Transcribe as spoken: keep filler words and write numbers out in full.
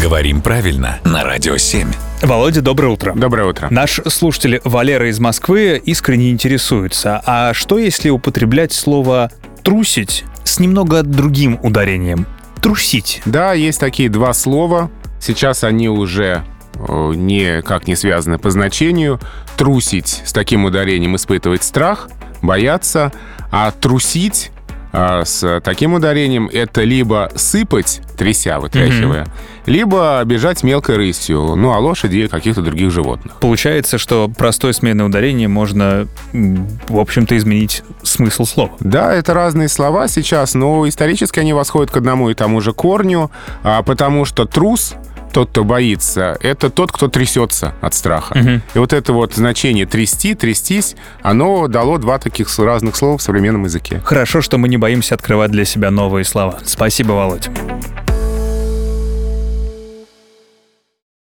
Говорим правильно на Радио семь. Володя, доброе утро. Доброе утро. Наш слушатель Валера из Москвы искренне интересуется, а что если употреблять слово «трусить» с немного другим ударением? Трусить. Да, есть такие два слова. Сейчас они уже никак не связаны по значению. Трусить с таким ударением — испытывать страх, бояться, а трусить а, с таким ударением — это либо сыпать, тряся, вытряхивая, mm-hmm. либо бежать мелкой рысью, ну, а лошади и каких-то других животных. Получается, что простое сменное ударение можно, в общем-то, изменить смысл слова. Да, это разные слова сейчас, но исторически они восходят к одному и тому же корню, а, потому что трус, тот, кто боится, это тот, кто трясется от страха. Uh-huh. И вот это вот значение «трясти», «трястись», оно дало два таких разных слова в современном языке. Хорошо, что мы не боимся открывать для себя новые слова. Спасибо, Володь.